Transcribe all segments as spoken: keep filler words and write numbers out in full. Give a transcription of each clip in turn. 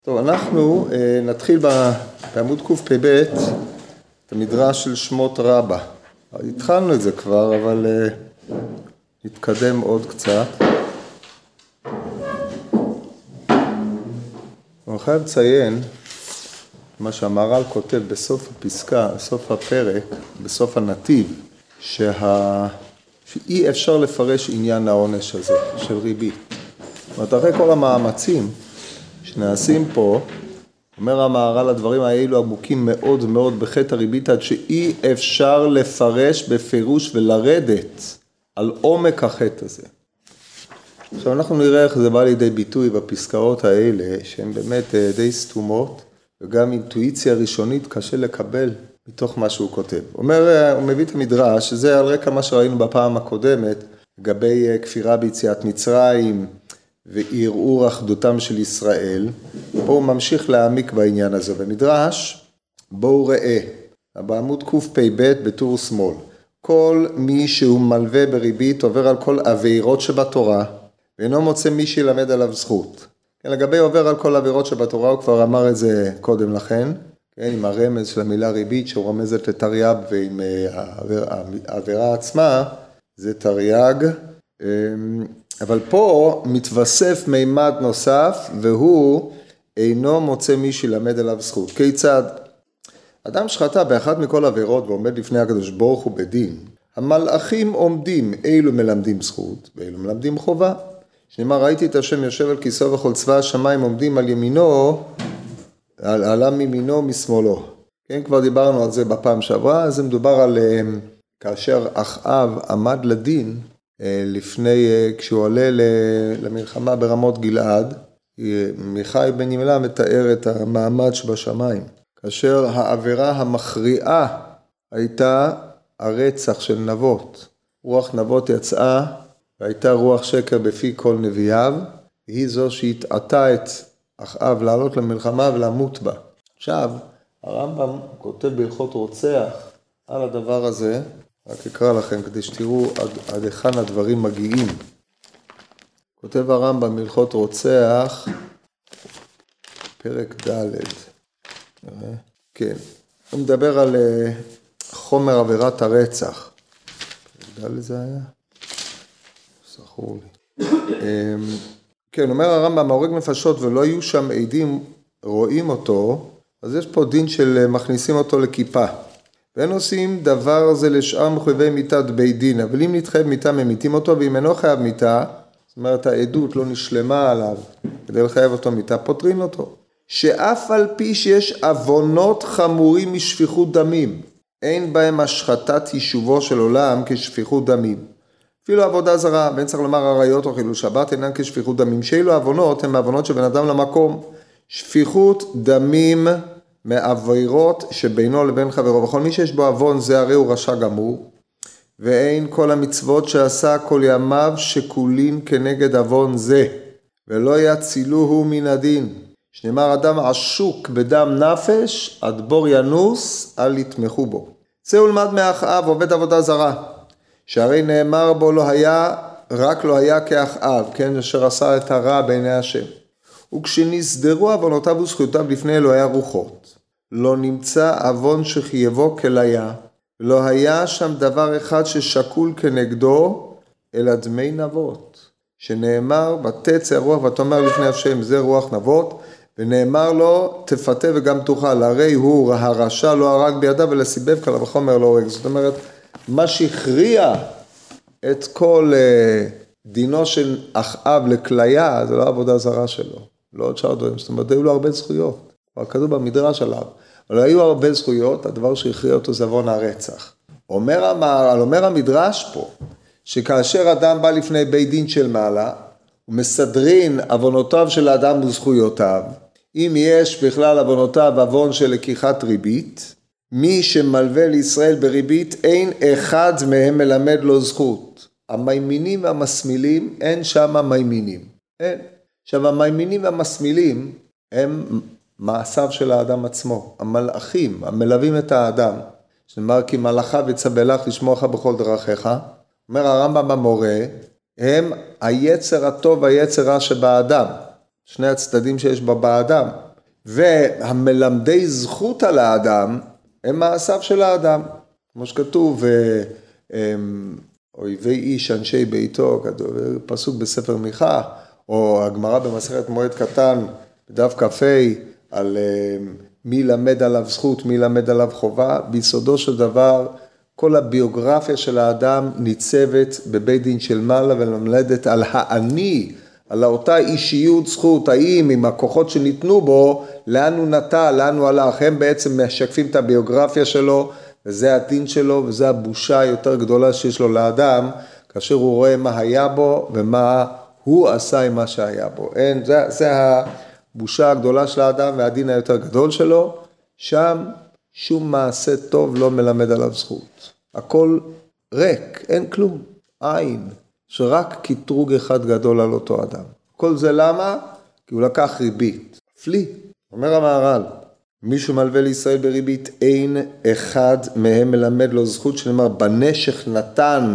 טוב, אנחנו אה, נתחיל בעמוד קפ"ב את המדרש של שמות רבה. התחלנו את זה כבר, אבל אה, נתקדם עוד קצת. אני חייב לציין מה שהמהר"ל כותב בסוף הפסקה, בסוף הפרק, בסוף הנתיב, שה... שאי אפשר לפרש עניין העונש הזה של ריבית. זאת אומרת, אחרי כל המאמצים שנעשים פה, אומר המהר"ל, הדברים האלו עמוקים מאוד מאוד בחטא הריבית, עד שאי אפשר לפרש בפירוש ולרדת על עומק החטא הזה. עכשיו אנחנו נראה איך זה בא לידי ביטוי בפסקאות האלה, שהן באמת די סתומות, וגם אינטואיציה ראשונית קשה לקבל מתוך מה שהוא כותב. אומר, הוא מביא את המדרש, שזה על רקע מה שראינו בפעם הקודמת, לגבי כפירה ביציאת מצרים, וערעור אחדותם של ישראל. פה הוא ממשיך להעמיק בעניין הזה. במדרש, בואו ראה, בעמוד קפ"ב בטור שמאל, כל מי שהוא מלווה בריבית עובר על כל עבירות שבתורה, ואינו מוצא מי שילמד עליו זכות. כן, לגבי עובר על כל עבירות שבתורה, הוא כבר אמר את זה קודם לכן, כן, עם הרמז של המילה ריבית, שהוא רמזת לתרי"ג, ועם העבירה עצמה, זה תרי"ג. אבל פה מתווסף מימד נוסף, והוא אינו מוצא מי שילמד עליו זכות. כיצד? אדם שחטא באחת מכל עבירות ועומד לפני הקדוש ברוך הוא בדין, המלאכים עומדים, אילו מלמדים זכות, ואילו מלמדים חובה. שנאמר, ראיתי את השם יושב על כיסאו וכל צבא השמיים עומדים על ימינו, עלה מימינו משמאלו. כן, כבר דיברנו על זה בפעם שעברה, אז זה מדובר על כאשר אחאב עמד לדין, לפני, כשהוא עולה למלחמה ברמות גלעד, מיכאי בן ימלה מתאר את המעמד שבשמיים. כאשר העבירה המכריעה הייתה הרצח של נבות. רוח נבות יצאה, והייתה רוח שקר בפי כל נביאיו, והיא זו שהתעתה את אחאב לעלות למלחמה ולמות בה. עכשיו, הרמב"ם כותב בהלכות רוצח על הדבר הזה, רק אקרא לכם כדי שתראו עד, עד היכן הדברים מגיעים. כותב הרמב"ם בהלכות רוצח, פרק ד', כן, הוא מדבר על חומר עבירת הרצח. פרק ד' זה היה? זכור לי. כן, אומר הרמב"ם, ההורג נפשות ולא יהיו שם עדים רואים אותו, אז יש פה דין של מכניסים אותו לכיפה. ואין עושים דבר זה לשאר מחויבי מיתת בית דין, אבל אם נתחייב מיתה ממיתים אותו, ואם אינו חייב מיתה, זאת אומרת העדות לא נשלמה עליו, כדי לחייב אותו מיתה, פותרים אותו. שאף על פי שיש אבונות חמורים משפיכות דמים, אין בהם השחתת יישובו של עולם כשפיכות דמים. אפילו עבודה זרה, בין צריך לומר עריות או חילול שבת, אינן כשפיכות דמים. שאילו אבונות הן אבונות שבין אדם למקום. שפיכות דמים מעבירות שבינו לבין חברו, וכל מי שיש בו אבון זה הרי הוא רשע גמור, ואין כל המצוות שעשה כל ימיו שקולין כנגד אבון זה, ולא יצילוהו מן הדין. שנאמר אדם עשוק בדם נפש, עד בור ינוס, אל יתמכו בו. זה ולמד מאחאב עובד עבודה זרה, שהרי נאמר בו לא היה, רק לא היה כאחאב, כן, אשר עשה את הרע בעיני השם. וכשנסדרו אבונותיו וזכויותיו לפני אלוהי הרוחות, לא נמצא אבון שחייבו כליה, לא היה שם דבר אחד ששקול כנגדו, אלא דמי נבות, שנאמר, ותצא רוח ותאמר לפני השם, זה רוח נבות, ונאמר לו, תפתה וגם תאכל, הרי הוא הרשע לא הרג בידיו, ולסיבב קל וחומר לא הורג. זאת אומרת, מה שהכריע את כל דינו של אחאב לכליה, זה לא עבודה זרה שלו. לא עוד שאר דברים, זאת אומרת, היו לו הרבה זכויות, כבר כתוב במדרש עליו, אבל היו הרבה זכויות, הדבר שהכריע אותו זה עוון הרצח. אומר, המר, אומר המדרש פה, שכאשר אדם בא לפני בית דין של מעלה, הוא מסדרין עוונותיו של האדם וזכויותיו, אם יש בכלל עוונותיו עוון של לקיחת ריבית, מי שמלווה לישראל בריבית, אין אחד מהם מלמד לו זכות. המיימינים והמסמילים, אין שם מיימינים, אין. עכשיו, המיימינים והמסמילים הם מעשיו של האדם עצמו, המלאכים, המלווים את האדם, שנאמר כי מלאכיו יצווה לך לשמורך בכל דרכיך, אומר הרמב"ם במורה, הם היצר הטוב והיצר רע שבאדם, שני הצדדים שיש בה באדם, והמלמדי זכות על האדם, הם מעשיו של האדם. כמו שכתוב, אויבי איש אנשי ביתו, פסוק בספר מיכה, או הגמרא במסכת מועד קטן, בדף קפה, על מי למד עליו זכות, מי למד עליו חובה. ביסודו של דבר, כל הביוגרפיה של האדם ניצבת בבית דין של מעלה, ולמלדת על האני, על אותה אישיות זכות, האם עם הכוחות שניתנו בו, לאן הוא נטע, לאן הוא הלך, הם בעצם משקפים את הביוגרפיה שלו, וזה הדין שלו, וזה הבושה היותר גדולה שיש לו לאדם, כאשר הוא רואה מה היה בו, ומה הוא עשה עם מה שהיה בו. אין, זה, זה הבושה הגדולה של האדם, והדין היותר גדול שלו, שם שום מעשה טוב לא מלמד עליו זכות. הכל ריק, אין כלום, אין. שרק קטרוג אחד גדול על אותו אדם. כל זה למה? כי הוא לקח ריבית. פלי, אומר המהר"ל, מישהו מלווה לישראל בריבית, אין אחד מהם מלמד לו זכות, שנאמר, בנשך נתן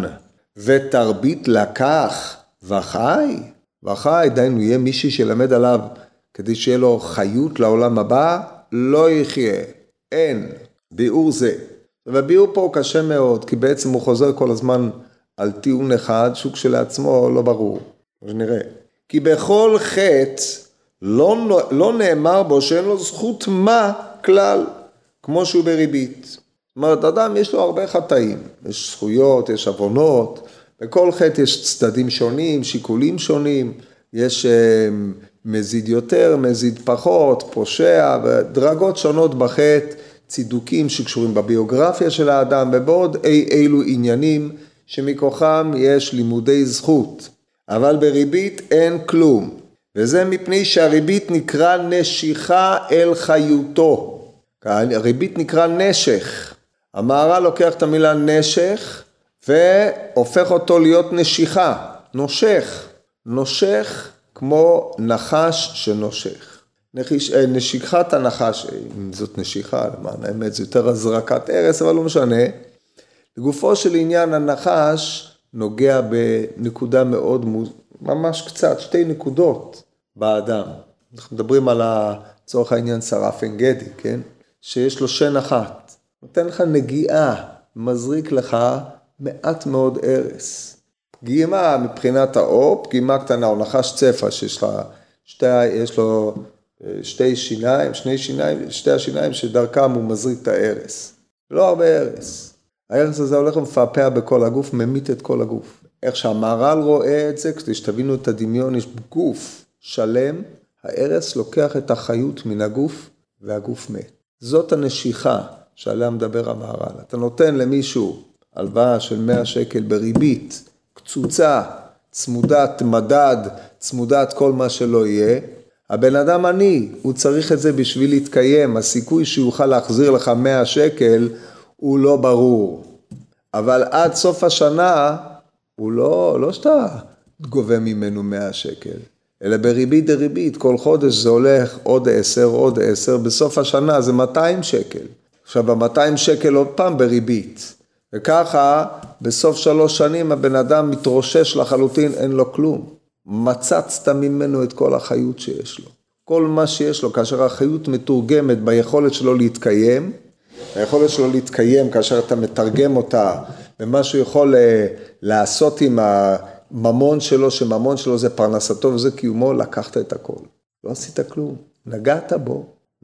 ותרבית לקח וחי. וחי, דיינו, יהיה מישהו שילמד עליו, כדי שיהיה לו חיות לעולם הבא, לא יחיה. אין. ביאור זה. והביאור פה קשה מאוד, כי בעצם הוא חוזר כל הזמן על טיעון אחד, שוק שלעצמו לא ברור. נראה. כי בכל חטא לא, לא נאמר בו שאין לו זכות מה כלל, כמו שהוא בריבית. זאת אומרת, אדם יש לו הרבה חטאים, יש זכויות, יש עוונות, בכל חטא יש צדדים שונים, שיקולים שונים, יש uh, מזיד יותר, מזיד פחות, פושע, ודרגות שונות בחטא, צידוקים שקשורים בביוגרפיה של האדם, ובעוד אי אילו עניינים, שמכוחם יש לימודי זכות, אבל בריבית אין כלום, וזה מפני שהריבית נקרא נשיכה אל חיותו, הריבית נקרא נשך, המהר"ל לוקח את המילה נשך, והופך אותו להיות נשיכה, נושך, נושך כמו נחש שנושך, נחיש, נשיכת הנחש, אם זאת נשיכה, למען האמת זה יותר הזרקת ארס, אבל לא משנה, לגופו של עניין הנחש נוגע בנקודה מאוד, ממש קצת, שתי נקודות באדם. אנחנו מדברים על הצורך העניין שרף עין גדי, כן? שיש לו שן אחת. נותן לך נגיעה, מזריק לך מעט מאוד ארס. פגימה מבחינת האור, פגימה קטנה, או נחש צפה שיש לה, שתי, יש לו שתי שיניים, שני שיניים, שתי השיניים שדרכם הוא מזריק את הארס. לא הרבה ארס. הארס הזה הולך ומפעפע בכל הגוף, ממית את כל הגוף. איך שהמהר"ל רואה את זה, כדי שתבינו את הדמיון, יש גוף שלם, הארס לוקח את החיות מן הגוף, והגוף מת. זאת הנשיכה שעליה מדבר המהר"ל. אתה נותן למישהו הלוואה של מאה שקל בריבית, קצוצה, צמודת מדד, צמודת כל מה שלא יהיה, הבן אדם עני, הוא צריך את זה בשביל להתקיים, הסיכוי שיוכל להחזיר לך מאה שקל, הוא לא ברור. אבל עד סוף השנה, הוא לא, לא שאתה גובה ממנו מאה שקל, אלא בריבית דריבית, כל חודש זה הולך עוד עשר, עוד עשר, בסוף השנה זה מאתיים שקל. עכשיו, ב-מאתיים שקל עוד פעם בריבית. וככה, בסוף שלוש שנים, הבן אדם מתרושש לחלוטין, אין לו כלום. מצצת ממנו את כל החיות שיש לו. כל מה שיש לו, כאשר החיות מתורגמת ביכולת שלו להתקיים, היכולת שלו להתקיים כאשר אתה מתרגם אותה, ומה שהוא יכול לעשות עם הממון שלו, שממון שלו זה פרנסתו וזה קיומו, לקחת את הכל. לא עשית כלום, נגעת בו,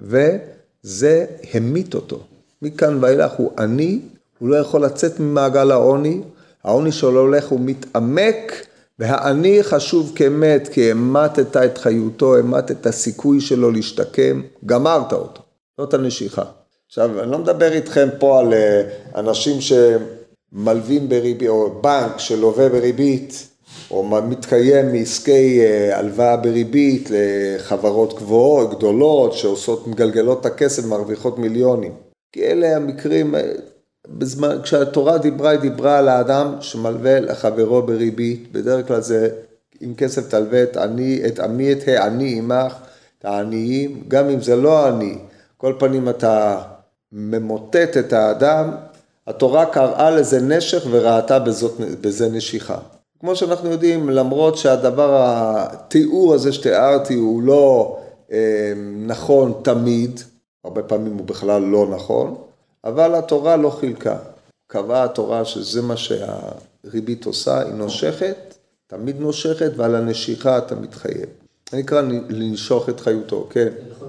וזה המית אותו. מכאן ואילך הוא עני, הוא לא יכול לצאת ממעגל העוני, העוני שלו הולך, הוא מתעמק, והעני חשוב כמת, כי המתת את חיותו, המתת את הסיכוי שלו להשתקם, גמרת אותו. זאת הנשיכה. עכשיו, אני לא מדבר איתכם פה על אנשים שמלווים בריבית, או בנק שלווה בריבית, או מתקיים מעסקי הלוואה בריבית לחברות גבוהות, גדולות, שעושות מגלגלות את הכסף, מרוויחות מיליונים. כי אלה המקרים, בזמן, כשהתורה דיברה, היא דיברה על האדם שמלווה לחברו בריבית, בדרך כלל זה, עם כסף תלווה את עני, את עמי, את העני עמך, את העניים, גם אם זה לא עני, כל פנים אתה ממוטט את האדם, התורה קראה לזה נשך וראתה בזאת, בזה נשיכה. כמו שאנחנו יודעים, למרות שהדבר, התיאור הזה שתיארתי הוא לא נכון תמיד, הרבה פעמים הוא בכלל לא נכון, אבל התורה לא חילקה. קבעה התורה שזה מה שהריבית עושה, היא נושכת, תמיד נושכת, ועל הנשיכה אתה מתחייב. זה נקרא לנשוך את חיותו, כן.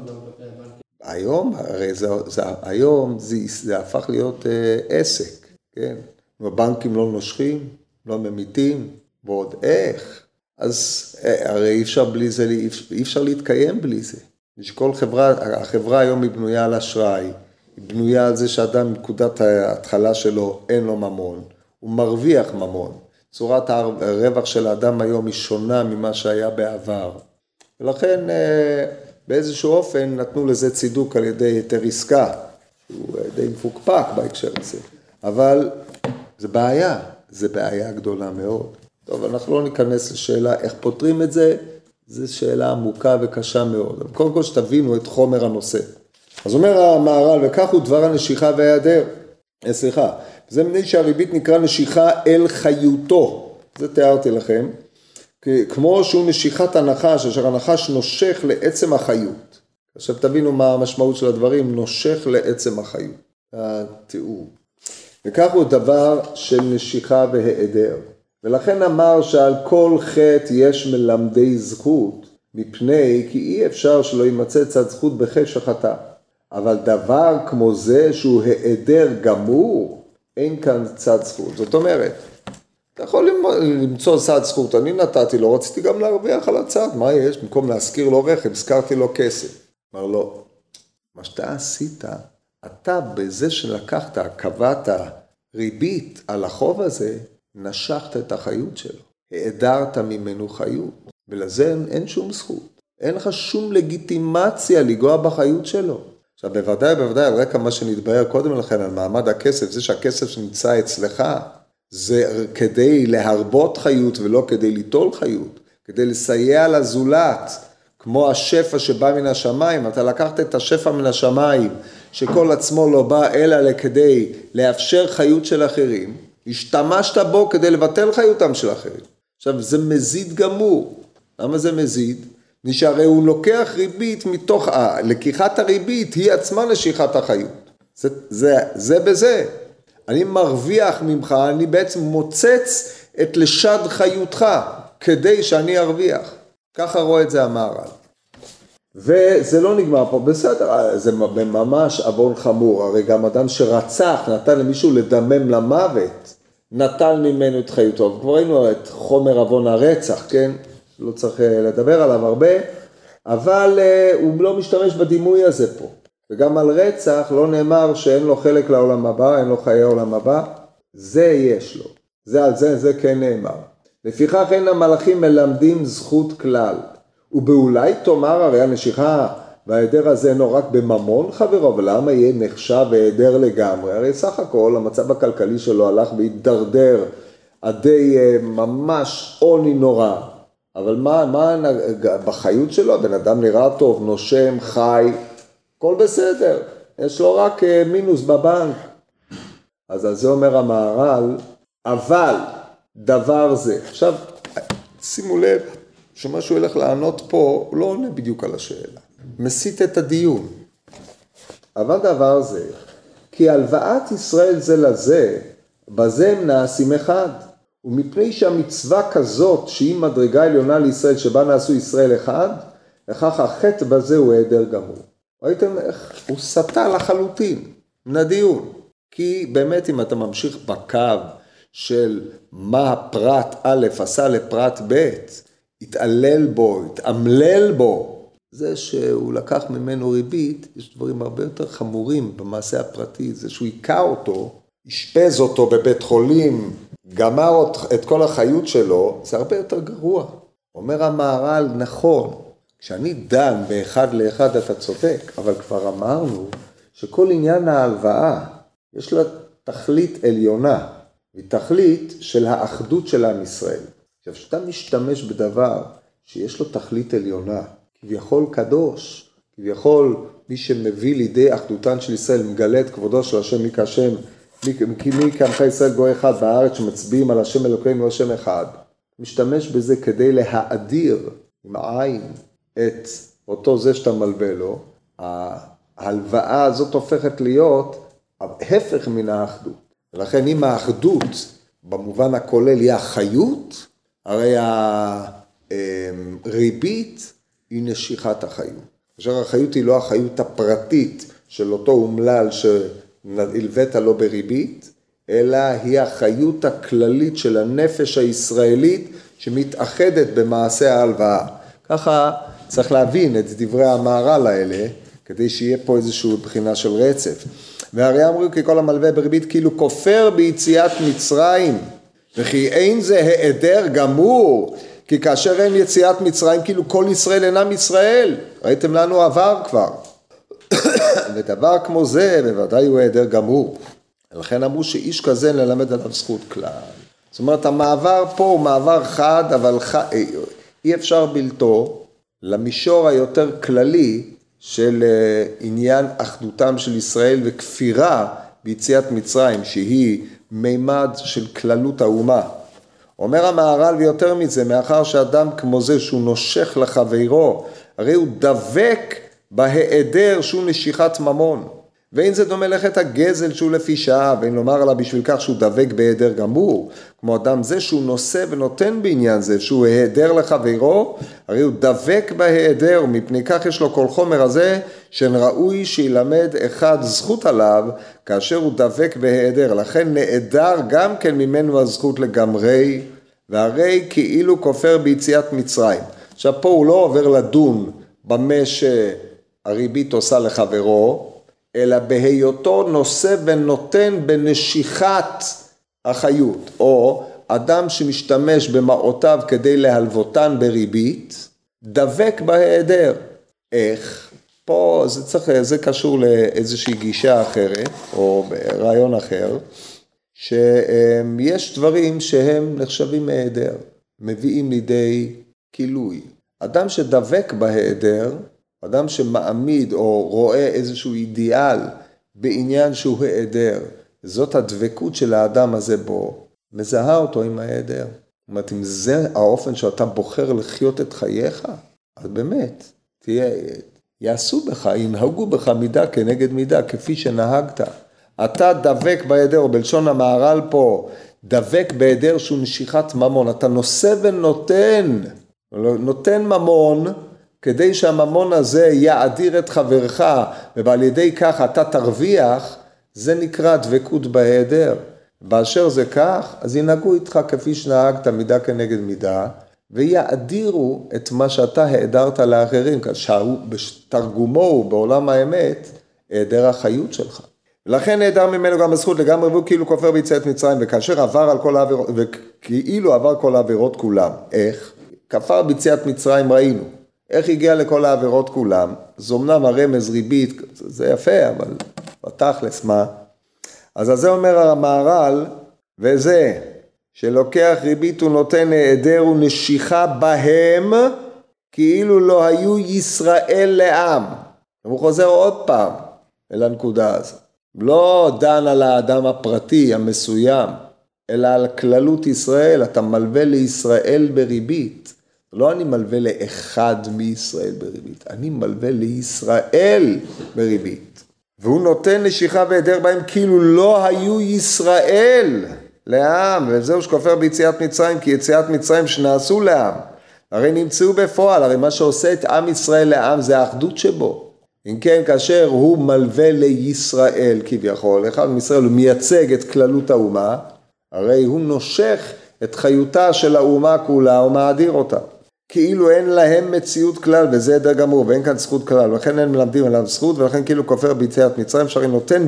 היום, הרי זה, זה, היום זה, זה הפך להיות אה, עסק, כן. הבנקים לא נושכים, לא ממיתים, ועוד איך. אז אה, הרי אי אפשר בלי זה, אי אפשר להתקיים בלי זה. כל חברה, החברה היום היא בנויה על אשראי, היא בנויה על זה שאדם מנקודת ההתחלה שלו אין לו ממון, הוא מרוויח ממון. צורת הרווח של האדם היום היא שונה ממה שהיה בעבר. ולכן באיזשהו אופן נתנו לזה צידוק על ידי היתר עסקה, הוא די מפוקפק בהקשר הזה. אבל זה בעיה, זה בעיה גדולה מאוד. טוב, אנחנו לא ניכנס לשאלה איך פותרים את זה, זו שאלה עמוקה וקשה מאוד. אבל קודם כל שתבינו את חומר הנושא. אז אומר המהר"ל, וכך הוא דבר הנשיכה והיעדר. סליחה, זה מפני שהריבית נקרא נשיכה אל חיותו. זה תיארתי לכם. כמו שהוא נשיכת הנחש, אשר הנחש נושך לעצם החיות. עכשיו תבינו מה המשמעות של הדברים, נושך לעצם החיות. התיאור. וכך הוא דבר של נשיכה והיעדר. ולכן אמר שעל כל חטא יש מלמדי זכות, מפני כי אי אפשר שלא יימצא צד זכות בחטא שחטא. אבל דבר כמו זה שהוא היעדר גמור, אין כאן צד זכות. זאת אומרת, אתה יכול למצוא צד זכות, אני נתתי לו, רציתי גם להרוויח על הצד, מה יש? במקום להזכיר לו רכב, הזכרתי לו כסף. אמר לו, מה שאתה עשית, אתה בזה שלקחת, קבעת ריבית על החוב הזה, נשכת את החיות שלו, העדרת ממנו חיות, ולזה אין, אין שום זכות, אין לך שום לגיטימציה לגוע בחיות שלו. עכשיו בוודאי, בוודאי, על רקע מה שנתבהר קודם לכן על מעמד הכסף, זה שהכסף שנמצא אצלך, זה כדי להרבות חיות ולא כדי ליטול חיות, כדי לסייע לזולת, כמו השפע שבא מן השמיים, אתה לקחת את השפע מן השמיים, שכל עצמו לא בא אלא כדי לאפשר חיות של אחרים, השתמשת בו כדי לבטל חיותם של אחרים. עכשיו, זה מזיד גמור. למה זה מזיד? שהרי הוא לוקח ריבית מתוך, לקיחת הריבית היא עצמה נשיכת החיות. זה, זה, זה בזה. אני מרוויח ממך, אני בעצם מוצץ את לשד חיותך, כדי שאני ארוויח. ככה רואה את זה המהר"ל. וזה לא נגמר פה, בסדר, זה ממש עוון חמור, הרי גם אדם שרצח, נתן למישהו לדמם למוות, נטל ממנו את חיותו, כבר ראינו את חומר עוון הרצח, כן? לא צריך לדבר עליו הרבה, אבל הוא לא משתמש בדימוי הזה פה, וגם על רצח לא נאמר שאין לו חלק לעולם הבא, אין לו חיי העולם הבא, זה יש לו, זה על זה, זה כן נאמר. לפיכך אין המלאכים מלמדים זכות כלל, ובאולי תאמר הרי הנשיכה וההיעדר הזה אינו רק בממון חברו, ולמה יהיה נחשב והיעדר לגמרי? הרי סך הכל המצב הכלכלי שלו הלך והתדרדר עדי ממש עוני נורא, אבל מה, מה בחיות שלו? בן אדם נראה טוב, נושם, חי, הכל בסדר, יש לו רק מינוס בבנק. אז על זה אומר המהר"ל, אבל דבר זה, עכשיו שימו לב, שמה שהוא הולך לענות פה, הוא לא עונה בדיוק על השאלה. מסית את הדיון. אבל דבר זה, כי הלוואת ישראל זה לזה, בזה הם נעשים אחד. ומפני שהמצווה כזאת, שהיא מדרגה עליונה לישראל, שבה נעשו ישראל אחד, לכך החטא בזה הוא היעדר גמור. ראיתם איך? הוא סטה לחלוטין, מן הדיון. כי באמת אם אתה ממשיך בקו של מה הפרט א' עשה לפרט ב', התעלל בו, התעמלל בו, זה שהוא לקח ממנו ריבית, יש דברים הרבה יותר חמורים במעשה הפרטי, זה שהוא עיקה אותו, השפז אותו בבית חולים, גמר את כל החיות שלו, זה הרבה יותר גרוע. אומר המהר"ל, נכון, כשאני דן באחד לאחד אתה צודק, אבל כבר אמרנו שכל עניין ההלוואה, יש לה תכלית עליונה, היא תכלית של האחדות של עם ישראל. עכשיו, שאתה משתמש בדבר שיש לו תכלית עליונה, כביכול קדוש, כביכול מי שמביא לידי אחדותן של ישראל, מגלה את כבודו של השם מי כהשם, כי מי כעמך ישראל גוי אחד בארץ שמצביעים על השם אלוקינו השם אחד, משתמש בזה כדי להאדיר עם העין את אותו זה שאתה מלווה לו, ההלוואה הזאת הופכת להיות ההפך מן האחדות. ולכן אם האחדות במובן הכולל היא החיות, הרי הריבית היא נשיכת החיות. כאשר החיות היא לא החיות הפרטית של אותו אומלל שנלווית לו בריבית, אלא היא החיות הכללית של הנפש הישראלית שמתאחדת במעשה ההלוואה. ככה צריך להבין את דברי המהר"ל האלה, כדי שיהיה פה איזושהי בחינה של רצף. והרי אמרו כי כל המלווה בריבית כאילו כופר ביציאת מצרים, וכי אין זה היעדר גמור, כי כאשר אין יציאת מצרים כאילו כל ישראל אינם ישראל, ראיתם לנו עבר כבר. ודבר כמו זה בוודאי הוא היעדר גמור. לכן אמרו שאיש כזה נלמד עליו זכות כלל. זאת אומרת המעבר פה הוא מעבר חד, אבל ח... אי אפשר בלתו למישור היותר כללי של עניין אחדותם של ישראל וכפירה ביציאת מצרים, שהיא מימד של כללות האומה. אומר המהר"ל ויותר מזה, מאחר שאדם כמו זה שהוא נושך לחברו, הרי הוא דבק בהיעדר שהוא נשיכת ממון. ואין זה דומה לחטא הגזל שהוא לפי שעה, ואין לומר עליו בשביל כך שהוא דבק בהיעדר גמור, כמו אדם זה שהוא נושא ונותן בעניין זה, שהוא היעדר לחברו, הרי הוא דבק בהיעדר, ומפני כך יש לו כל חומר הזה, שראוי שילמד אחד זכות עליו, כאשר הוא דבק בהיעדר, לכן נעדר גם כן ממנו הזכות לגמרי, והרי כאילו כופר ביציאת מצרים. עכשיו פה הוא לא עובר לדון במה שהריבית עושה לחברו, אלא בהיותו נושא ונותן בנשיכת החיות, או אדם שמשתמש במעותיו כדי להלוותן בריבית, דבק בהיעדר. איך? פה זה, צריך, זה קשור לאיזושהי גישה אחרת, או רעיון אחר, שיש דברים שהם נחשבים מהיעדר, מביאים לידי כילוי. אדם שדבק בהיעדר, אדם שמעמיד או רואה איזשהו אידיאל בעניין שהוא היעדר, זאת הדבקות של האדם הזה בו, מזהה אותו עם ההיעדר. זאת אומרת, אם זה האופן שאתה בוחר לחיות את חייך, אז באמת, תהיה, יעשו בך, ינהגו בך מידה כנגד מידה, כפי שנהגת. אתה דבק בהיעדר, או בלשון המהר"ל פה, דבק בהיעדר שהוא נשיכת ממון. אתה נושא ונותן, נותן ממון, כדי שהממון הזה יאדיר את חברך, ובעל ידי כך אתה תרוויח, זה נקרא דבקות בהיעדר. באשר זה כך, אז ינהגו איתך כפי שנהגת מידה כנגד מידה, ויאדירו את מה שאתה העדרת לאחרים, כשהוא בתרגומו הוא בעולם האמת, העדר החיות שלך. ולכן נעדר ממנו גם הזכות לגמרי, והוא כאילו כופר ביציאת מצרים, וכאשר עבר על כל העבירות, וכאילו עבר כל העבירות כולם. איך? כפר ביציאת מצרים ראינו. איך הגיע לכל העבירות כולם? זו אמנם הרמז ריבית, זה יפה, אבל בתכלס מה? אז זה אומר המהר"ל, וזה שלוקח ריבית הוא נותן היעדר ונשיכה בהם, כאילו לא היו ישראל לעם. הוא חוזר עוד פעם אל הנקודה הזאת. לא דן על האדם הפרטי המסוים, אלא על כללות ישראל, אתה מלווה לישראל בריבית. לא אני מלווה לאחד מישראל בריבית, אני מלווה לישראל בריבית. והוא נותן נשיכה והיעדר בהם כאילו לא היו ישראל לעם, וזהו שכופר ביציאת מצרים, כי יציאת מצרים שנעשו לעם. הרי נמצאו בפועל, הרי מה שעושה את עם ישראל לעם זה האחדות שבו. אם כן, כאשר הוא מלווה לישראל כביכול, אחד מישראל הוא מייצג את כללות האומה, הרי הוא נושך את חיותה של האומה כולה ומאדיר אותה. כאילו אין להם מציאות כלל, וזה היעדר גמור, ואין כאן זכות כלל, ולכן אין מלמדים עליו זכות, ולכן כאילו כופר ביציאת מצרים, שרי נותן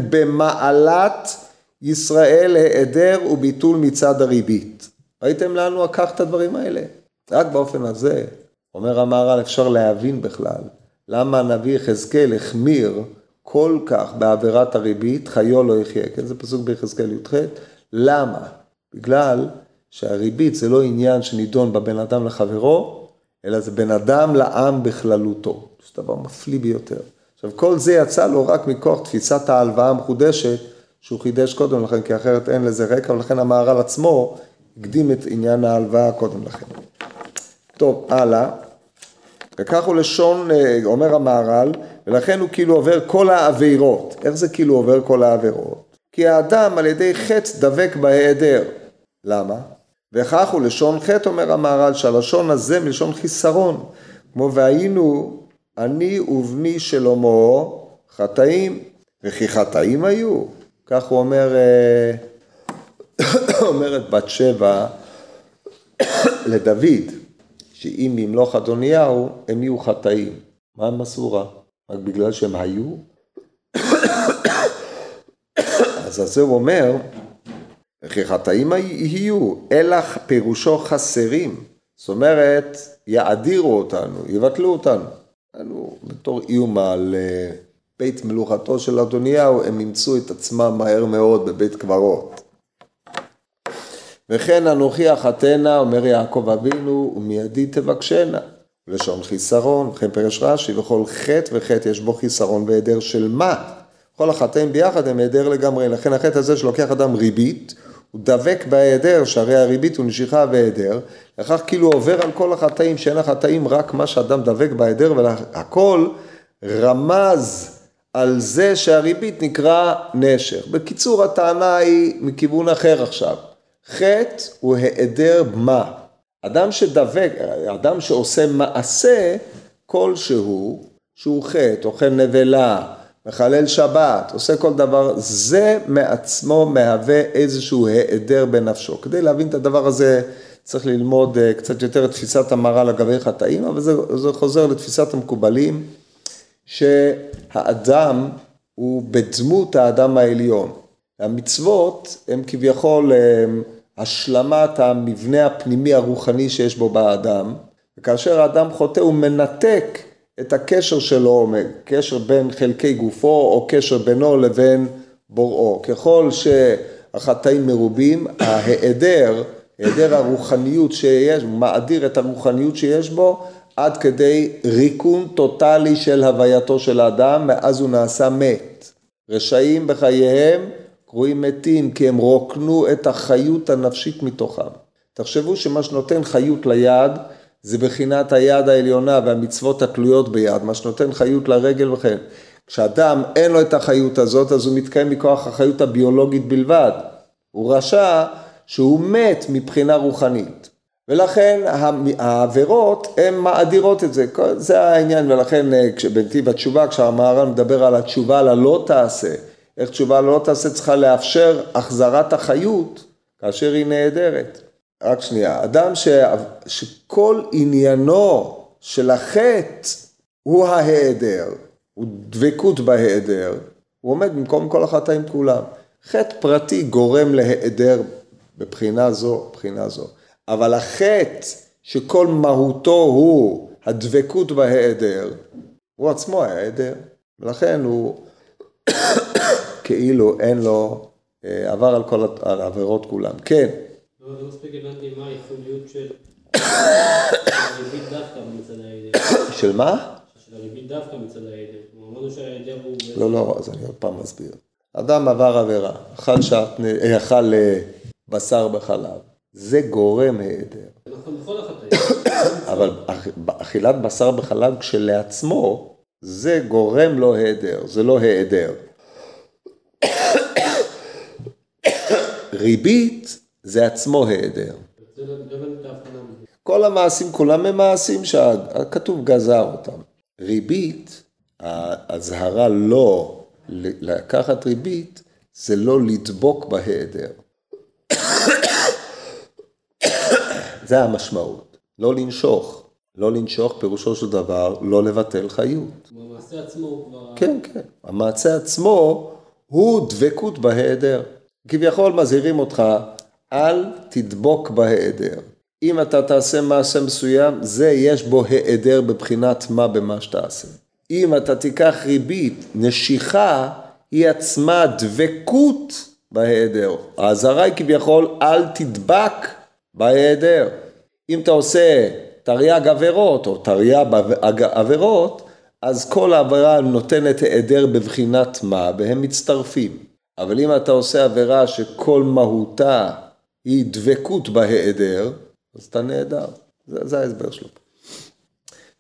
במעלת ישראל היעדר וביטול מצד הריבית. ראיתם לנו לקח את הדברים האלה? רק באופן הזה, אומר המהר"ל, אפשר להבין בכלל, למה הנביא יחזקאל החמיר כל כך בעבירת הריבית, חיו לא יחיה, כן? זה פסוק ביחזקאל י"ח, למה? בגלל שהריבית זה לא עניין שנידון בבן אדם לחברו, אלא זה בן אדם לעם בכללותו. זה דבר מפליא ביותר. עכשיו, כל זה יצא לו רק מכוח תפיסת ההלוואה המחודשת, שהוא חידש קודם לכן, כי אחרת אין לזה רקע, ולכן המהר"ל עצמו הקדים את עניין ההלוואה קודם לכן. טוב, הלאה. וכך הוא לשון, אומר המהר"ל, ולכן הוא כאילו עובר כל העבירות. איך זה כאילו עובר כל העבירות? כי האדם על ידי חטא דבק בהיעדר. למה? וכך הוא לשון חטא, אומר המהר"ל, שהלשון הזה מלשון חיסרון. כמו והיינו אני ובני שלמה חטאים, וכי חטאים היו. כך הוא אומר, אומרת בת שבע לדוד, שאם ימלוך אדוניהו, הם יהיו חטאים. מה הם עשו רע? רק בגלל שהם היו? אז זה הוא אומר, וכי חטאים יהיו, אלא פירושו חסרים. זאת אומרת, יאדירו אותנו, יבטלו אותנו. אנו בתור איום על בית מלוכתו של אדוניהו, הם ימצאו את עצמם מהר מאוד בבית קברות. וכן אנוכי אחתנה, אומר יעקב אבינו, ומיידי תבקשנה. לשון חיסרון, וכן פרש רש"י, וכל חטא וחטא יש בו חיסרון והיעדר של מה? כל החטאים ביחד הם היעדר לגמרי. לכן החטא הזה שלוקח אדם ריבית, הוא דבק בהיעדר, שהרי הריבית הוא נשיכה והיעדר, לכך כאילו עובר על כל החטאים, שאין החטאים רק מה שאדם דבק בהיעדר, והכל רמז על זה שהריבית נקרא נשך. בקיצור, הטענה היא מכיוון אחר עכשיו. חטא הוא היעדר מה? אדם שדבק, אדם שעושה מעשה כלשהו, שהוא חטא, אוכל נבלה, מחלל שבת, עושה כל דבר, זה מעצמו מהווה איזשהו היעדר בנפשו. כדי להבין את הדבר הזה צריך ללמוד קצת יותר את תפיסת המהר"ל לגבי חטאים, אבל זה, זה חוזר לתפיסת המקובלים, שהאדם הוא בדמות האדם העליון. המצוות הם כביכול השלמת המבנה הפנימי הרוחני שיש בו באדם, וכאשר האדם חוטא הוא מנתק את הקשר שלו, קשר בין חלקי גופו או קשר בינו לבין בוראו. ככל שהחטאים מרובים, ההיעדר, היעדר הרוחניות שיש, מאדיר את הרוחניות שיש בו, עד כדי ריקון טוטלי של הווייתו של האדם, מאז הוא נעשה מת. רשעים בחייהם קרויים מתים, כי הם רוקנו את החיות הנפשית מתוכם. תחשבו שמה שנותן חיות ליד, זה בחינת היד העליונה והמצוות התלויות ביד, מה שנותן חיות לרגל וכן. כשאדם אין לו את החיות הזאת, אז הוא מתקיים מכוח החיות הביולוגית בלבד. הוא רשע שהוא מת מבחינה רוחנית. ולכן העבירות הן מאדירות את זה. זה העניין, ולכן בנתיב התשובה, כשהמהר"ל מדבר על התשובה ללא תעשה, איך תשובה ללא תעשה צריכה לאפשר החזרת החיות, כאשר היא נהדרת. רק שנייה, אדם ש... שכל עניינו של החטא הוא ההיעדר, הוא דבקות בהיעדר, הוא עומד במקום כל החטאים כולם. חטא פרטי גורם להיעדר בבחינה זו, בבחינה זו. אבל החטא שכל מהותו הוא הדבקות בהיעדר, הוא עצמו ההיעדר. ולכן הוא כאילו אין לו, עבר על כל העבירות כולם. כן. לא, זה מספיק הבנתי מה הייחודיות של הריבית דווקא מצד ההיעדר. של מה? של הריבית דווקא מצד ההיעדר. אמרנו שההיעדר הוא... לא, לא, אז אני עוד פעם מסביר. אדם עבר עבירה, אכל שעטנז, אכל בשר בחלב. זה גורם היעדר. זה נכון בכל החטאים. אבל אכילת בשר בחלב כשלעצמו, זה גורם לו היעדר, זה לא היעדר. ריבית זה עצמו היעדר. כל המעשים כולם הם מעשים שכתוב גזר אותם. ריבית, ההזהרה לא לקחת ריבית, זה לא לדבוק בהיעדר. זה המשמעות. לא לנשוך. לא לנשוך פירושו של דבר, לא לבטל חיות. המעשה עצמו כבר... כן, כן. המעשה עצמו הוא דבקות בהיעדר. כביכול מזהירים אותך, אל תדבוק בהיעדר. אם אתה תעשה מעשה מסוים, זה יש בו היעדר בבחינת מה במה שתעשה. אם אתה תיקח ריבית, נשיכה, היא עצמה דבקות בהיעדר. ההזהרה היא כביכול, אל תדבק בהיעדר. אם אתה עושה תרי"ג עבירות, או תרי"ג עבירות, אז כל העבירה נותנת היעדר בבחינת מה, והם מצטרפים. אבל אם אתה עושה עבירה שכל מהותה היא דבקות בהיעדר, אז אתה נהדר. זה, זה ההסבר שלו.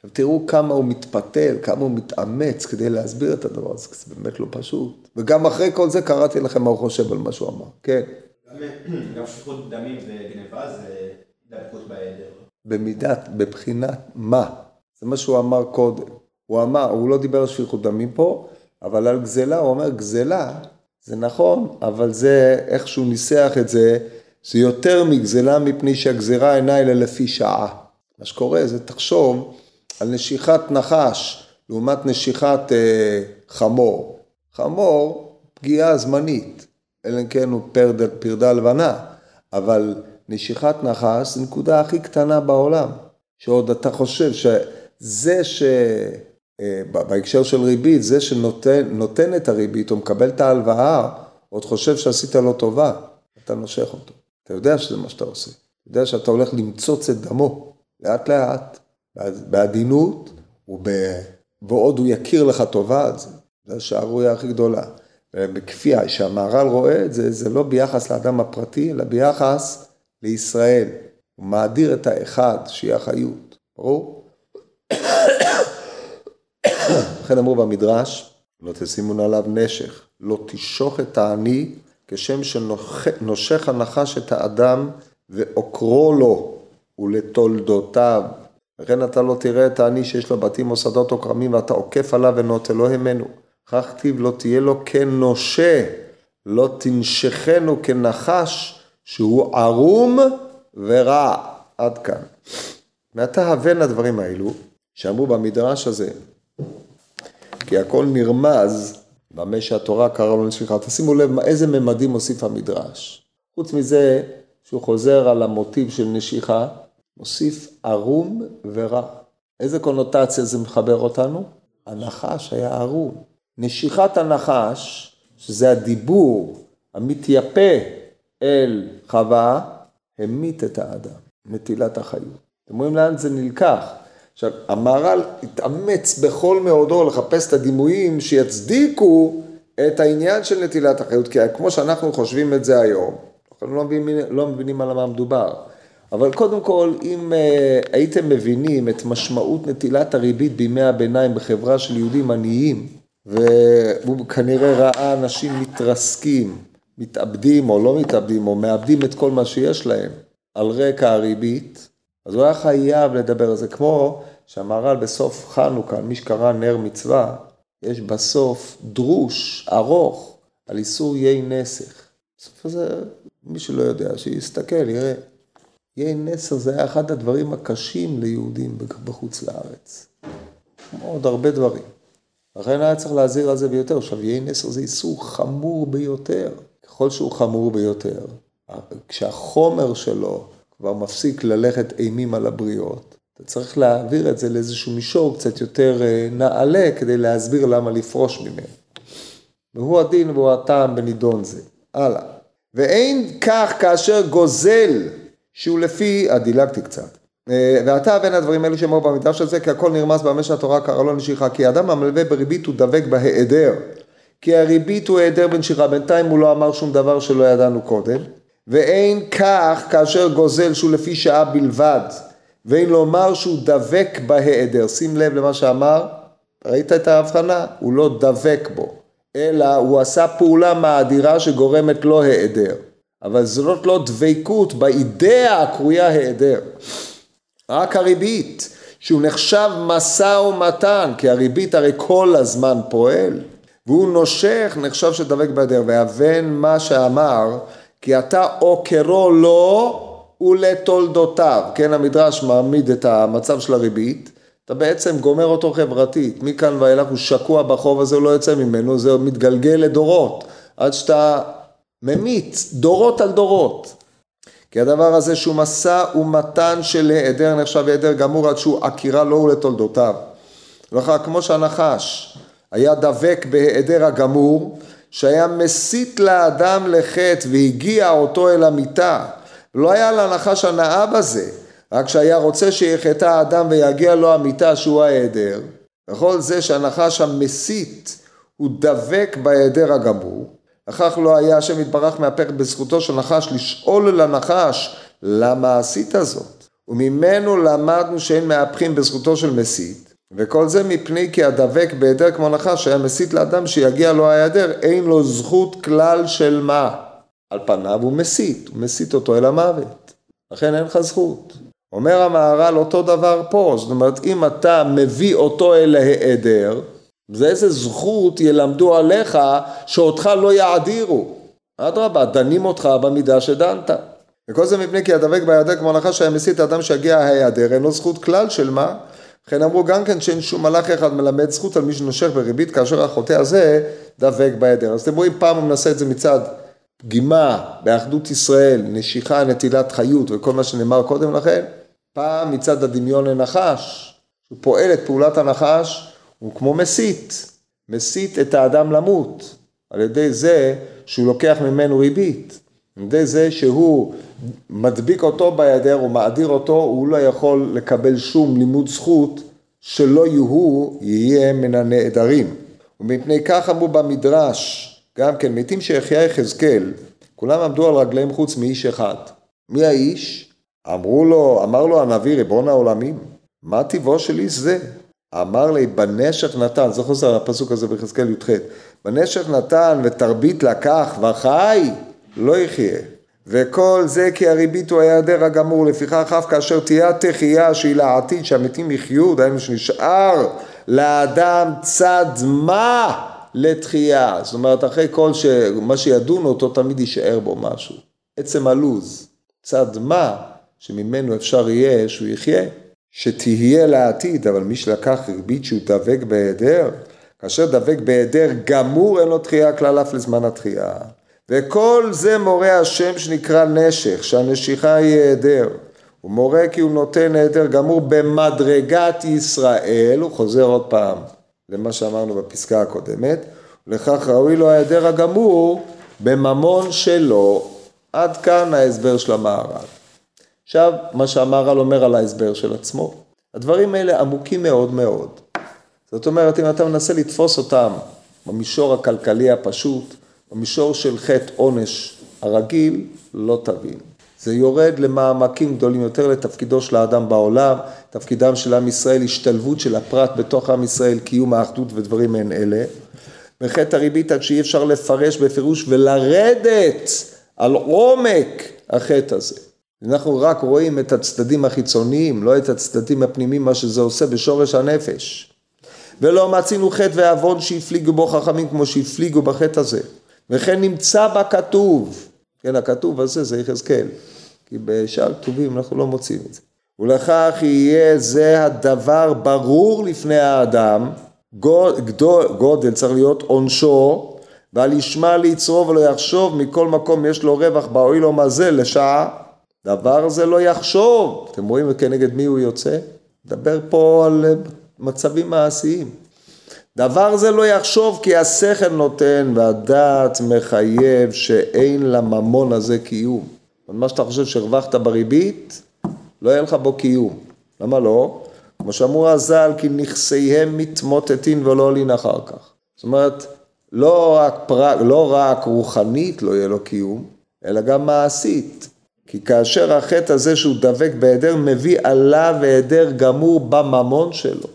עכשיו תראו כמה הוא מתפתל, כמה הוא מתאמץ כדי להסביר את הדבר הזה, זה באמת לא פשוט. וגם אחרי כל זה קראתי לכם מה הוא חושב על מה שהוא אמר, כן. גם שפיכות דמים וגניבה זה דבקות בהיעדר. במידת, בבחינת מה? זה מה שהוא אמר קודם. הוא אמר, הוא לא דיבר על שפיכות דמים פה, אבל על גזלה, הוא אומר גזלה, זה נכון, אבל זה, איך שהוא ניסח את זה, זה יותר מגזלה מפני שהגזרה אינה אלא לפי שעה. מה שקורה זה, תחשוב על נשיכת נחש, לעומת נשיכת אה, חמור. חמור, פגיעה זמנית, אלא כן הוא פרדה, פרדה לבנה, אבל נשיכת נחש זה נקודה הכי קטנה בעולם, שעוד אתה חושב שזה ש... בהקשר של ריבית, זה שנותן נותן את הריבית, או מקבל את ההלוואה, עוד חושב שעשית לו טובה, אתה נושך אותו. אתה יודע שזה מה שאתה עושה. אתה יודע שאתה הולך למצוץ את דמו, לאט לאט, בעדינות, ועוד הוא יכיר לך טובה על זה. זה השערוריה הכי גדולה. בכפייה, שהמהר"ל רואה את זה, זה לא ביחס לאדם הפרטי, אלא ביחס לישראל. הוא מאדיר את האחד, שהיא החיות. ברור? לכן אמרו במדרש, לא תשימון עליו נשך, לא תשוך את העני, כשם שנושך הנחש את האדם, ועוקרו לו ולתולדותיו. לכן אתה לא תראה את העני שיש לו בתים או שדות או כרמים, ואתה עוקף עליו ונוטה לו ממנו. כך כתיב, לא תהיה לו כנושה, לא תנשכנו כנחש, שהוא ערום ורע. עד כאן. מעתה הבן הדברים האלו, שאמרו במדרש הזה, כי הכל נרמז, במה שהתורה קרא לו נשפיכה. תשימו לב איזה ממדים מוסיף המדרש. חוץ מזה שהוא חוזר על המוטיב של נשיכה, מוסיף ערום ורע. איזה קונוטציה זה מחבר אותנו? הנחש היה ערום. נשיכת הנחש, שזה הדיבור המתייפה אל חווה, המית את האדם, נטילת החיות. אתם רואים לאן זה נלקח? עכשיו, המהר"ל התאמץ בכל מאודו לחפש את הדימויים שיצדיקו את העניין של נטילת החיות, כי כמו שאנחנו חושבים את זה היום, אנחנו לא מבינים, לא מבינים על מה מדובר. אבל קודם כל, אם uh, הייתם מבינים את משמעות נטילת הריבית בימי הביניים בחברה של יהודים עניים, והוא כנראה ראה אנשים מתרסקים, מתאבדים או לא מתאבדים, או מאבדים את כל מה שיש להם על רקע הריבית, אז הוא היה חייב לדבר על זה, כמו שהמהר"ל בסוף חנוכה, מי שקרא נר מצווה, יש בסוף דרוש ארוך על איסור יין נסך. בסוף הזה, מי שלא יודע, שיסתכל, יראה. יין נסך זה היה אחד הדברים הקשים ליהודים בחוץ לארץ. כמו עוד הרבה דברים. לכן היה צריך להזהיר על זה ביותר. עכשיו, יין נסך זה איסור חמור ביותר. ככל שהוא חמור ביותר, כשהחומר שלו כבר מפסיק ללכת אימים על הבריות, אתה צריך להעביר את זה לאיזשהו מישור קצת יותר נעלה, כדי להסביר למה לפרוש ממנו. והוא הדין והוא הטעם בנידון זה. הלאה. ואין כך כאשר גוזל, שהוא לפי, הדילגתי קצת. ואתה בין הדברים האלו שאמרו במדרש הזה, כי הכל נרמז במה שהתורה קרא לו נשיכה, כי האדם המלווה בריבית הוא דבק בהיעדר. כי הריבית הוא היעדר בנשיכה, בינתיים הוא לא אמר שום דבר שלא ידענו קודם. ואין כך כאשר גוזל שהוא לפי שעה בלבד, ואין לומר שהוא דבק בהיעדר. שים לב למה שאמר, ראית את ההבחנה? הוא לא דבק בו, אלא הוא עשה פעולה מאדירה שגורמת לו היעדר. אבל זאת לא דבקות באידאה הקרויה היעדר. רק הריבית, שהוא נחשב מסע ומתן, כי הריבית הרי כל הזמן פועל, והוא נושך, נחשב שדבק בהיעדר. והבן מה שאמר, כי אתה עוקרו לו ולתולדותיו. כן, המדרש מעמיד את המצב של הריבית, אתה בעצם גומר אותו חברתית. מכאן ואילך הוא שקוע בחוב הזה, הוא לא יוצא ממנו, זה מתגלגל לדורות, עד שאתה ממית, דורות על דורות. כי הדבר הזה שהוא מסע ומתן של היעדר, נחשב היעדר גמור, עד שהוא עקירה לו ולתולדותיו. לכן, כמו שהנחש היה דבק בהיעדר הגמור, שהיה מסית לאדם לחטא והגיע אותו אל המיטה. לא היה לנחש הנאה בזה, רק שהיה רוצה שיחטא האדם ויגיע לו המיטה שהוא ההיעדר. וכל זה שהנחש המסית הוא דבק בהיעדר הגמור, לכך לא היה השם יתברך מהפך בזכותו של נחש לשאול לנחש למה עשית זאת. וממנו למדנו שאין מהפכים בזכותו של מסית, וכל זה מפני כי הדבק בהיעדר כמו נחש שהיה מסית לאדם שיגיע לו ההיעדר, אין לו זכות כלל של מה? על פניו הוא מסית, הוא מסית אותו אל המוות, לכן אין לך זכות. אומר המהר"ל אותו דבר פה, זאת אומרת אם אתה מביא אותו אל ההיעדר, זה איזה זכות ילמדו עליך שאותך לא יעדירו. אדרבה, דנים אותך במידה שדנת. וכל זה מפני כי הדבק בהיעדר כמו נחש שהיה מסית האדם שיגיע ההיעדר, אין לו זכות כלל של מה? לכן אמרו גם כן שאין שום מלאך אחד מלמד זכות על מי שנושך בריבית כאשר החוטא הזה דבק בהיעדר. אז אתם רואים פעם הוא מנסה את זה מצד פגימה באחדות ישראל, נשיכה, נטילת חיות וכל מה שנאמר קודם לכן, פעם מצד הדמיון לנחש, הוא פועל את פעולת הנחש, הוא כמו מסית, מסית את האדם למות, על ידי זה שהוא לוקח ממנו ריבית, על ידי זה שהוא מדביק אותו בהיעדר, הוא מאדיר אותו, הוא לא יכול לקבל שום לימוד זכות, שלא יהוא יהיה מן הנעדרים. ומפני כך אמרו במדרש, גם כן מתים שיחיה יחזקאל, כולם עמדו על רגליהם חוץ מאיש אחד. מי האיש? אמרו לו, אמר לו הנביא ריבון העולמים, מה טבעו של איש זה? אמר לי, בנשך נתן, זה חוזר הפסוק הזה ביחזקאל י"ח, בנשך נתן ותרבית לקח וחי, לא יחיה. וכל זה כי הריבית הוא ההיעדר הגמור, לפיכך אף כאשר תהיה תחייה שהיא לעתיד שהמתים יחיו, דהיינו שנשאר לאדם צד מה לתחייה. זאת אומרת, אחרי כל ש... מה שידונו אותו תמיד יישאר בו משהו. עצם הלוז, צד מה שממנו אפשר יהיה שהוא יחיה, שתהיה לעתיד, אבל מי שלקח ריבית שהוא דבק בהיעדר, כאשר דבק בהיעדר גמור אין לו תחייה כלל אף לזמן התחייה. וכל זה מורה השם שנקרא נשך, שהנשיכה היא היעדר. הוא מורה כי הוא נותן היעדר גמור במדרגת ישראל, הוא חוזר עוד פעם למה שאמרנו בפסקה הקודמת, ולכך ראוי לו ההיעדר הגמור בממון שלו. עד כאן ההסבר של המהר"ל. עכשיו, מה שהמהר"ל אומר על ההסבר של עצמו, הדברים האלה עמוקים מאוד מאוד. זאת אומרת, אם אתה מנסה לתפוס אותם במישור הכלכלי הפשוט, במישור של חטא עונש הרגיל, לא תבין. זה יורד למעמקים גדולים יותר לתפקידו של האדם בעולם, תפקידם של עם ישראל, השתלבות של הפרט בתוך עם ישראל, קיום האחדות ודברים מעין אלה. בחטא הריבית עד שאי אפשר לפרש בפירוש ולרדת על עומק החטא הזה. אנחנו רק רואים את הצדדים החיצוניים, לא את הצדדים הפנימיים, מה שזה עושה בשורש הנפש. ולא מצינו חטא ועוון שהפליגו בו חכמים כמו שהפליגו בחטא הזה. וכן נמצא בכתוב, כן, הכתוב הזה זה יחזקאל, כי בשאר כתובים אנחנו לא מוצאים את זה. ולכך יהיה זה הדבר ברור לפני האדם, גודל, גודל צריך להיות עונשו, ועל ישמע ליצרו ולא יחשוב, מכל מקום יש לו רווח באוי לו מזה לשעה, דבר זה לא יחשוב. אתם רואים כנגד מי הוא יוצא? דבר פה על מצבים מעשיים. דבר זה לא יחשוב כי השכל נותן והדעת מחייב שאין לממון הזה קיום. מה שאתה חושב שהרווחת בריבית, לא יהיה לך בו קיום. למה לא? כמו שאמרו הז"ל, כי נכסיהם מתמוטטין ולא עולין אחר כך. זאת אומרת, לא רק, פרק, לא רק רוחנית לא יהיה לו קיום, אלא גם מעשית. כי כאשר החטא הזה שהוא דבק בהיעדר, מביא עליו היעדר גמור בממון שלו.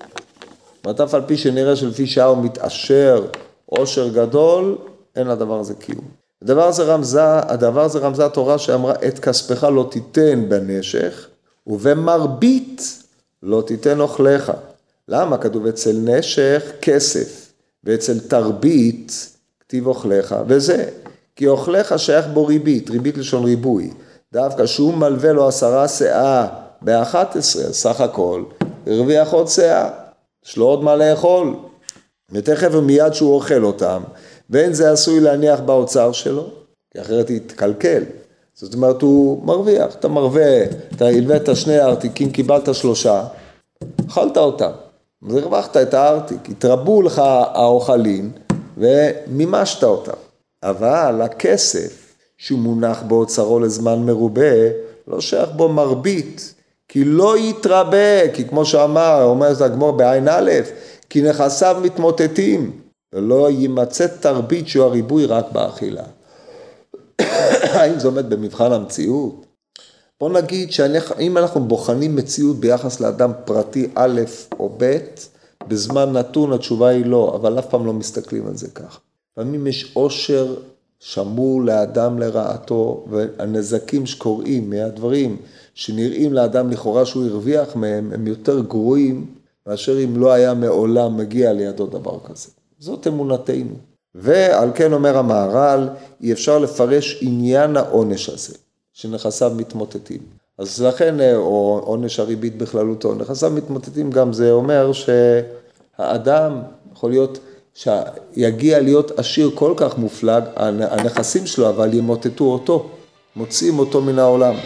אף על פי שנראה שלפי שעה הוא מתעשר עושר גדול, אין לדבר הזה קיום. הדבר הזה רמזה, הדבר הזה רמזה התורה שאמרה, את כספך לא תיתן בנשך, ובמרבית לא תיתן אוכלך. למה? כתוב אצל נשך כסף, ואצל תרבית כתיב אוכלך, וזה, כי אוכלך שייך בו ריבית, ריבית לשון ריבוי, דווקא שהוא מלווה לו עשרה שאה ב-אחת עשרה, סך הכל, הרוויח עוד שאה. יש לו עוד מה לאכול, ותכף ומיד שהוא אוכל אותם, ואין זה עשוי להניח באוצר שלו, כי אחרת היא תקלקל. זאת אומרת, הוא מרוויח, אתה מרווה, אתה הלווית שני ארתיקים, קיבלת שלושה, אכלת אותם, אז הרווחת את הארתיק, התרבו לך האוכלים, ומימשת אותם. אבל הכסף שהוא מונח באוצרו לזמן מרובה, לא שייך בו מרבית, כי לא יתרבה, כי כמו שאמר, אומר את הגמור בעין א', כי נכסיו מתמוטטים, ולא יימצא תרבית שהוא הריבוי רק באכילה. האם זה עומד במבחן המציאות? בוא נגיד שאם אנחנו בוחנים מציאות ביחס לאדם פרטי א' או ב', בזמן נתון התשובה היא לא, אבל אף פעם לא מסתכלים על זה כך. לפעמים יש עושר שמור לאדם לרעתו, והנזקים שקוראים מהדברים שנראים לאדם לכאורה שהוא הרוויח מהם, הם יותר גרועים, מאשר אם לא היה מעולם מגיע לידו דבר כזה. זאת אמונתנו. ועל כן אומר המהר"ל, אי אפשר לפרש עניין העונש הזה, שנכסיו מתמוטטים. אז לכן, או עונש הריבית בכללותו, נכסיו מתמוטטים גם זה אומר שהאדם יכול להיות, שיגיע להיות עשיר כל כך מופלג, הנכסים שלו אבל ימוטטו אותו, מוציאים אותו מן העולם.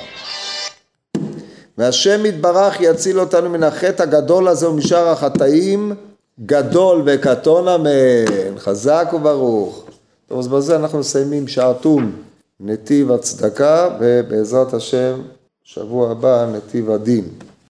והשם יתברך יציל אותנו מן החטא הגדול הזה ומשאר החטאים, גדול וקטון אמן, חזק וברוך. טוב, אז בזה אנחנו מסיימים שעתון נתיב הצדקה, ובעזרת השם שבוע הבא נתיב הדין.